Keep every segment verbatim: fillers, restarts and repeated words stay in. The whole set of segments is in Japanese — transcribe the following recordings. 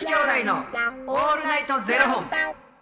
子兄弟のオールナイトゼロ本。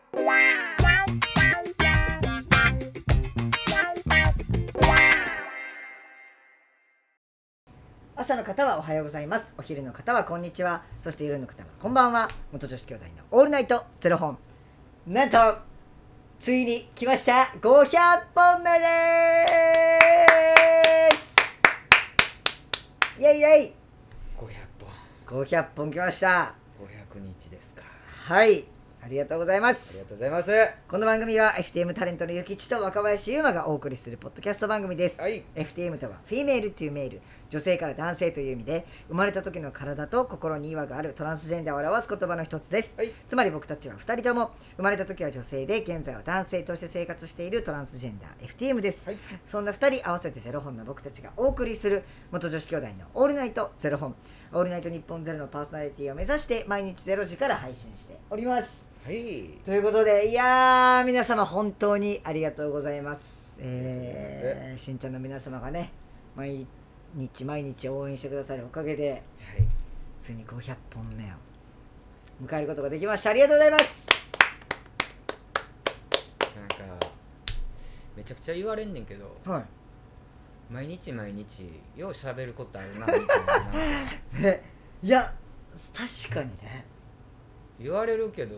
朝の方はおはようございます。お昼の方はこんにちは。そして夜の方はこんばんは。元女子兄弟のオールナイトゼロ本。なんとついに来ましたごひゃっぽんめでーす。イェイイェイ。 ごひゃっぽん。 ごひゃっぽん来ました。 ごひゃくにちですか。 はい、ありがとうございます。 ありがとうございます。 この番組は エフティーエム タレントのゆきちと若林優馬がお送りするポッドキャスト番組です。 はい、 エフティーエム とはフィメールというメール、女性から男性という意味で、生まれた時の体と心に違和があるトランスジェンダーを表す言葉の一つです。 はい、 つまり僕たちはふたりとも生まれた時は女性で現在は男性として生活しているトランスジェンダー エフティーエム です。 はい、 そんなふたり合わせてゼロ本の僕たちがお送りする元女子兄弟のオールナイトゼロ本、オールナイト日本ゼロのパーソナリティを目指して毎日ゼロじから配信しております。 はい、 ということで、いやー皆様本当にありがとうございます。えー、しんちゃんの皆様がね毎日毎日応援してくださるおかげで、 はい、 ついにごひゃっぽんめを迎えることができました。ありがとうございます。 なんかめちゃくちゃ言われんねんけど、 はい、 毎日毎日よう喋ることあるなみたいなね、いや確かにね言われるけど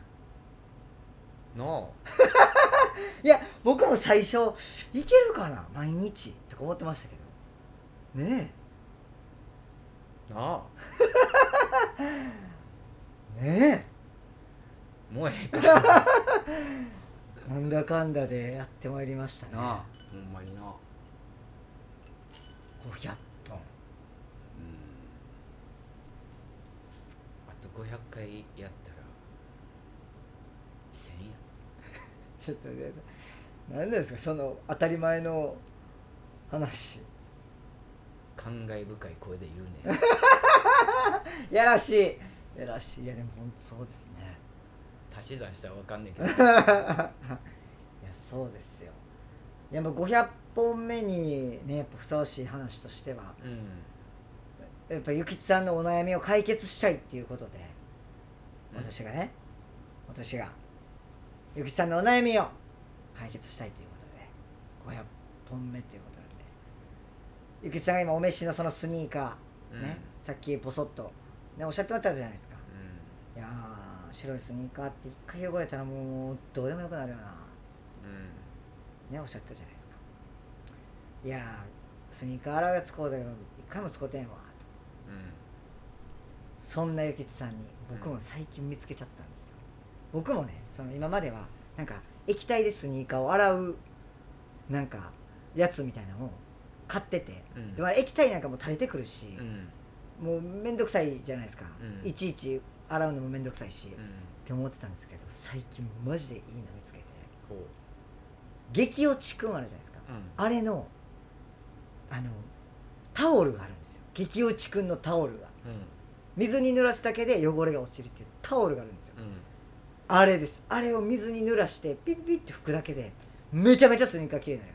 なあ。 いや僕も最初いけるかな毎日とか思ってましたけどねなあえねもうええかえなんだかんだでやってまいりましたね。 なあ、ほんまにな。 ごひゃっぽん、 うん、あとごひゃっかいやったらせんや。 ちょっと待ってください。何ですかその当たり前の話。 感慨深い声で言うねやらしいやらしい。いやでも本当そうですね。 足し算したら分かんねんけどいやそうですよ。いやもうごひゃっぽんめにねやっぱふさわしい話としては、 うん、 やっぱゆきちさんのお悩みを解決したいっていうことで、私がね、私がゆきちさんのお悩みを解決したいということでごひゃっぽんめっていうことなんで、ゆきちさんが今お召しのそのスニーカー、ね、 うん、 さっきポソッと、ね、おっしゃってもらったじゃないですか。 ういやー白いスニーカーって一回汚れたらもうどうでもよくなるよな、 ん、 ね、おっしゃったじゃないですか。いやースニーカー洗うやつこうだけど一回も使ってんわと、 うん、 そんなゆきちさんに僕も最近見つけちゃったんですよ。僕もねその今まではなんか液体でスニーカーを洗うなんかやつみたいなのを買ってて、 うん、 でもあれ液体なんかも垂れてくるし、 うん、 もうめんどくさいじゃないですか、 うん、 いちいち洗うのもめんどくさいし、 うん、 って思ってたんですけど、最近マジでいいの見つけて、 ほう、 激落ちくんあるじゃないですか、 うん、 あれのあのタオルがあるんですよ。激落ちくんのタオルが、 うん、 水に濡らすだけで汚れが落ちるっていうタオルがあるんですよ、 うん、 あれです。あれを水に濡らしてピッピッって拭くだけでめちゃめちゃスニーカー綺麗になります。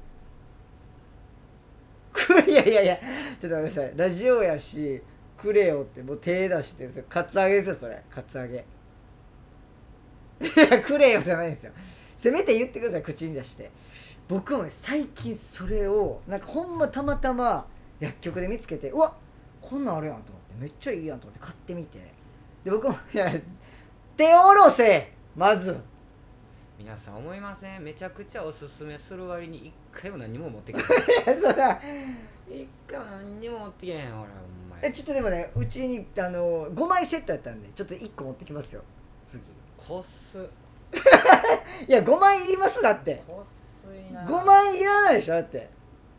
いやいやいやちょっと待ってください。ラジオやしくれよってもう手出してるんですよ。カツアゲですよそれ。カツアゲ。いやくれよじゃないんですよ。せめて言ってください口に出して。僕もね最近それをなんかほんまたまたま薬局で見つけて、うわこんなんあるやんと思ってめっちゃいいやんと思って買ってみて、で僕もいや手下ろせまず。 皆さん思いません？めちゃくちゃおすすめする割に一回も何も持ってけへんいやそら一回も何にも持ってけへん俺お前。 えちょっとでもねうちにあのごまいセットやったんでちょっといっこ持ってきますよ次。 こすいやごまいいりますだって。 こすいな。 ごまいいらないでしょだって。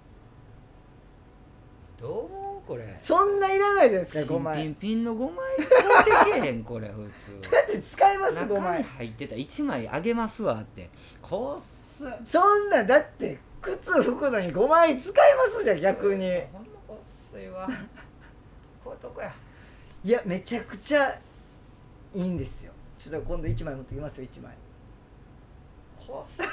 どう思うこれ。 そんないらないじゃないですかごまい。 新品品のごまい持ってけへんこれ普通。 だって使いますごま中にい。 入ってたいちまいあげますわってこす。 そんなだって靴拭くのにごまい使いますじゃん逆に。 ほんまこすいわこういうとこや。 いやめちゃくちゃいいんですよ。ちょっと今度いちまい持ってきますよいちまい。 こす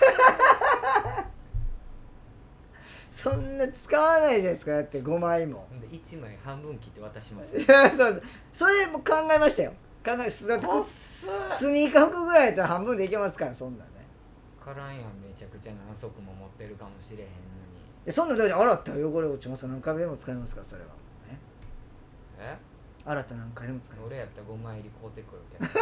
そんな使わないじゃないですかだってごまいも。 でいちまい半分切って渡します。 そうそうそれも考えましたよ。考考えすだってこっすスニーカー服ぐらいやったら半分でいけますからそんなんねからんやんめちゃくちゃ何足も持ってるかもしれへんのにえそんなんだって洗ったら汚れ落ちますから何回でも使えますからそれは、ね、 え洗ったら何回でも使えます俺やったらごまいり買うてくるけど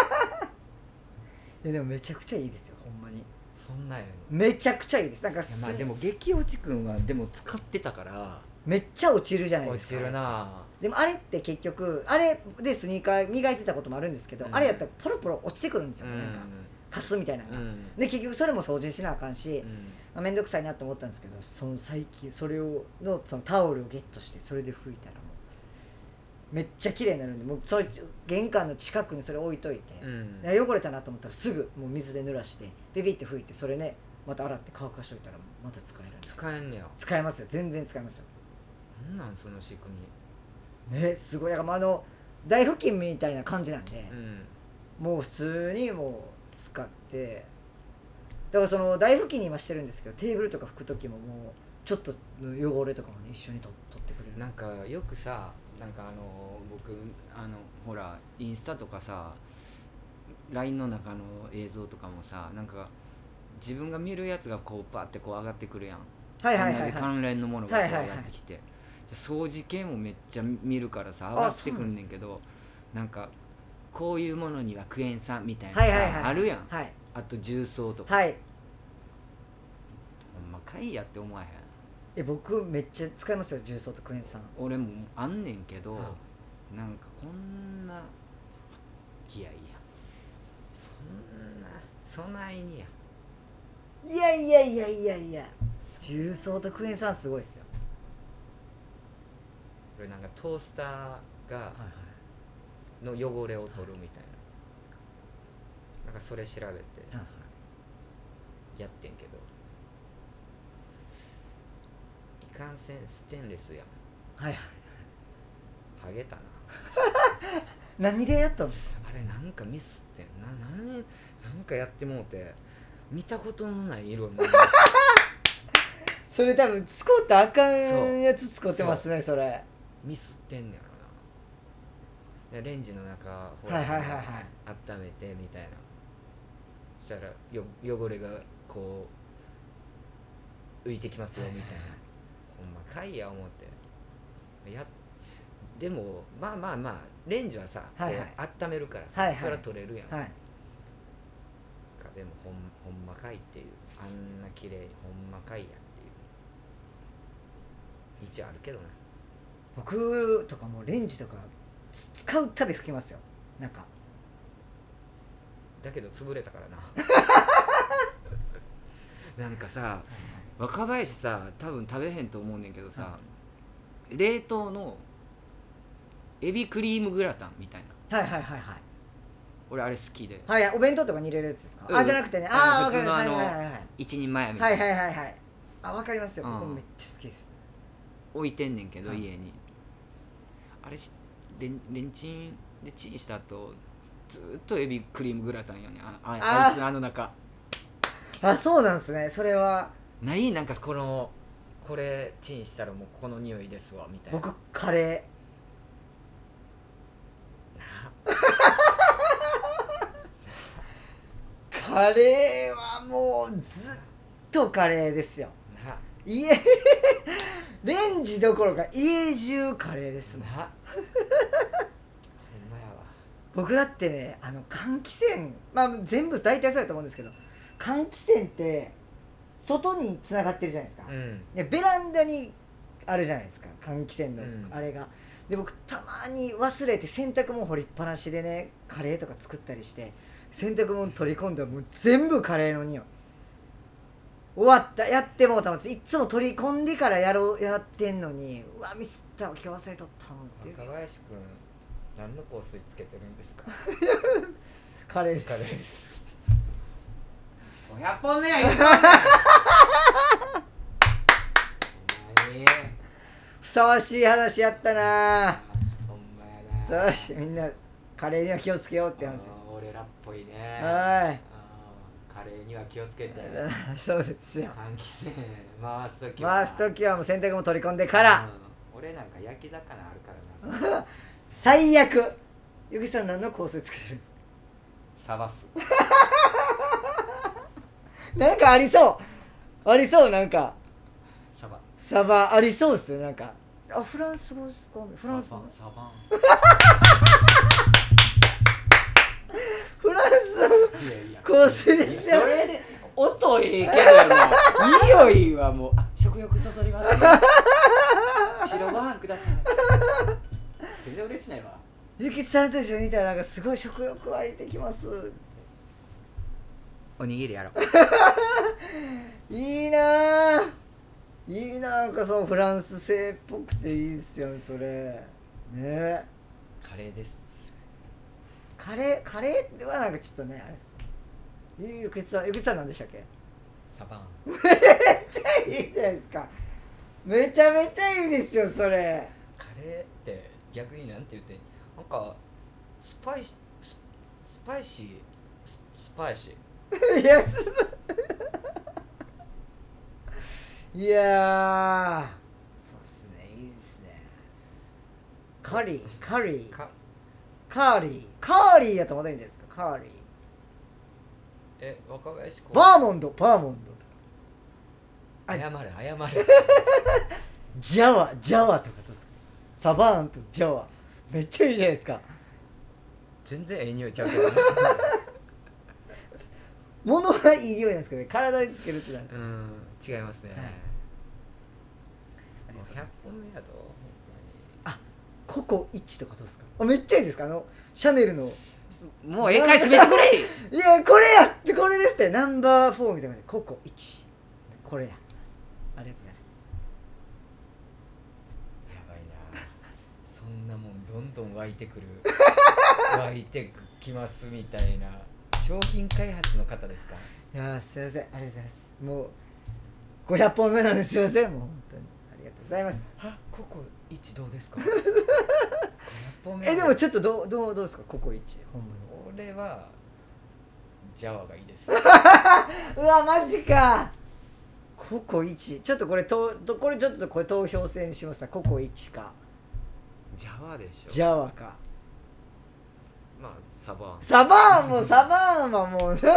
いやでもめちゃくちゃいいですよほんまにそんなんやねめちゃくちゃいいですなんかいやまあでも激落ちくんはでも使ってたからめっちゃ落ちるじゃないで落すかちるなでもあれって結局あれでスニーカー磨いてたこともあるんですけど、 うんあれやったらポロポロ落ちてくるんですよ、 うんなんかカスみたいなのが、 うんで結局それも掃除しなあかんし、 うんまあ、めんどくさいなと思ったんですけどその最近それをのそのタオルをゲットしてそれで拭いたらもうめっちゃ綺麗になるんでもうそいつ玄関の近くにそれ置いといて、 うんで汚れたなと思ったらすぐもう水で濡らしてビビって拭いてそれねまた洗って乾かしといたらまた使えるんで使えんねや使えますよ全然使えますよなんなんその仕組ねすごいだからもうあの台拭きみたいな感じなんで、 みうんもう普通にもう使ってだからその台拭きに今してるんですけどテーブルとか拭く時ももうちょっとの汚れとかもね一緒にと取ってくれるなんかよくさなんかあの僕あのほらインスタとかさ ライン の中の映像とかもさなんか自分が見るやつがこうパーってこう上がってくるやん、 はいはいはい、はい、 同じ関連のものがこうはいはいはい上がってきて、掃除系もめっちゃ見るからさ上がってくんねんけどなんかこういうものにはクエン酸みたいなさ、 はいはいはい、 あるやん、 はいあと重曹とか、 はいほんまかいやって思わへんえ僕めっちゃ使いますよ重曹とクエン酸俺もあんねんけど、 はなんかこんな気合いやそんなそないにやいやいやいやいやいや重曹とクエン酸すごいっすよ俺なんかトースターがはいの汚れを取るみたいななんかそれ調べてはいはいやってんけどいかんせんステンレスやんはいはいハゲたな何でやったのあれなんかミスってんななんなんかやってもうて見たことのない色になるそれ多分使ったらあかんやつ使ってますねそれミスってんねやろなでレンジの中ほら、 はいはいはいはい温めてみたいなしたらよ汚れがこう浮いてきますよみたいな、ほんまかいや思ってやでもまあまあまあレンジはさ、 はいはい、 こう温めるからさ、 はいはい、 それは取れるやん、 はいかでもほんほんまかいっていうあんな綺麗にほんまかいやっていう一応あるけどな僕とかもうレンジとかつ使うたび拭きますよなんかだけど潰れたからななんかさ若林さ多分食べへんと思うねんけどさ、はい、冷凍のエビクリームグラタンみたいなはいはいはいはい俺あれ好きではいお弁当とかに入れるやつですか、うん、あじゃなくてねああ普通のあの、 はいはいはい、 一人前みたいなはいはいはいはいあ分かりますよ、うん、僕もめっちゃ好きです置いてんねんけど、はい、家にあれレンレンチンでチンした後ずっとエビクリームグラタンよね あ, あ, あいつあの中あそうなんですねそれはないなんかこのこれチンしたらもうこの匂いですわみたいな僕カレーカレーはもうずっとカレーですよな家レンジどころか家中カレーですもんなほんまやわ僕だってねあの換気扇まあ全部大体そうやと思うんですけど換気扇って外に繋がってるじゃないですか、 うん、 でベランダにあるじゃないですか換気扇のうんあれが、で僕たまに忘れて洗濯物掘りっぱなしでねカレーとか作ったりして洗濯物取り込んだらもう全部カレーの匂い終わったやってもうたもんいっつも取り込んでからやろうやってんのにうわミスったわ今日忘れとったもんって若林くん何の香水つけてるんですかカレーですカレーですごひゃっぽん目や言うふさわしい話やったなほんまやなふさわしいみんなカレーには気をつけようって話です俺らっぽいねはいカレーには気をつけてそうですよ換気扇回すときは回すときはもう洗濯物取り込んでから、 うん、俺なんか焼き魚あるからな最悪ゆきさん何の香水つけてるんですか？ サバスなんかありそうありそうなんかサバサバありそうっすよなんかあフランス語ですかフランスサバンサバンフランスのいやいや香水ですよそれで音いいけども匂いはもうあ食欲そそりますね白ご飯ください全然嬉しないわゆきさんと一緒にいたらなんかすごい食欲湧いてきますおにぎりやろいいなぁいいななんかそのフランス製っぽくていいですよねそれねカレーですカレーカレーはなんかちょっとねあれですゆゆきさんゆきさんなんでしたっけサバンめっちゃいいじゃないですかめちゃめちゃいいですよそれカレーって逆になんて言ってなんかスパイシススパイシーススパイシーいやすいやーそうっすねいいですねカリーカリーかカーリーカーリーやとまだいいんじゃないですかカーリーえ若林こうバーモンドバーモンドとか謝れ謝れジャワジャワとかどうですかサバーンとジャワめっちゃいいじゃないですか全然ええ匂いちゃうけどね物はいい匂いなんですけどね体につけるってなるとうん違いますね、 はいもうひゃっぽんめやとほんココイチとかどうですかあめっちゃいいですかあのシャネルのまにもうええかい閉めてくれいやこれやってこれですってナンバーフォーみたいな感じでココイチこれやありがとうございますやばいなそんなもんどんどん湧いてくる湧いてきますみたいな商品開発の方ですかいやーすいませんありがとうございますもうごひゃっぽんめなんですいませんもう本当にありがとうございますあココイチどうですかごひゃっぽんめえでもちょっとどうどうどうですかココイチ本物俺はジャワがいいですうわマジかココイチちょっとこれとこれちょっとこれ投票制にしましたココイチかジャワでしょジャワかまあサバンサバーンもサバーンはもう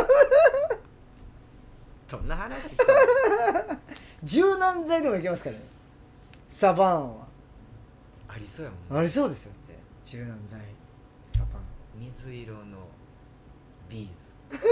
どんな話した柔軟剤でもいけますからねサバーンはありそうやもんありそうですよって柔軟剤サバーン水色のビーズ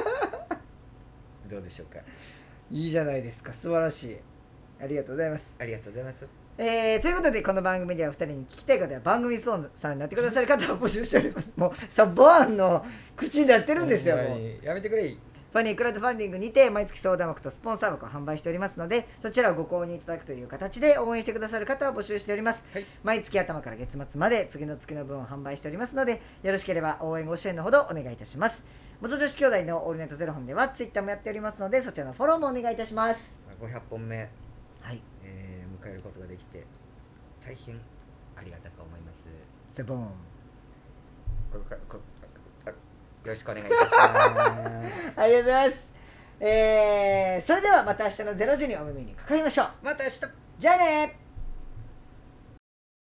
どうでしょうかいいじゃないですか素晴らしいありがとうございますありがとうございますえー、ということでこの番組ではふたりに聞きたい方や番組スポンサーになってくださる方を募集しておりますもうサバーンの口になってるんですよもうやめてくれファニークラウドファンディングにて毎月相談枠とスポンサー枠を販売しておりますのでそちらをご購入いただくという形で応援してくださる方を募集しております、 はい、 毎月頭から月末まで次の月の分を販売しておりますのでよろしければ応援ご支援のほどお願いいたします元女子兄弟のオールナイトゼロ本ではツイッターもやっておりますのでそちらのフォローもお願いいたしますごひゃっぽんめ、 はいえー、迎えることができて大変ありがたく思いますセボンここここよろしくお願いいたしますありがとうございますえー、それではまた明日のゼロ時にお耳にかかりましょうまた明日じゃあねー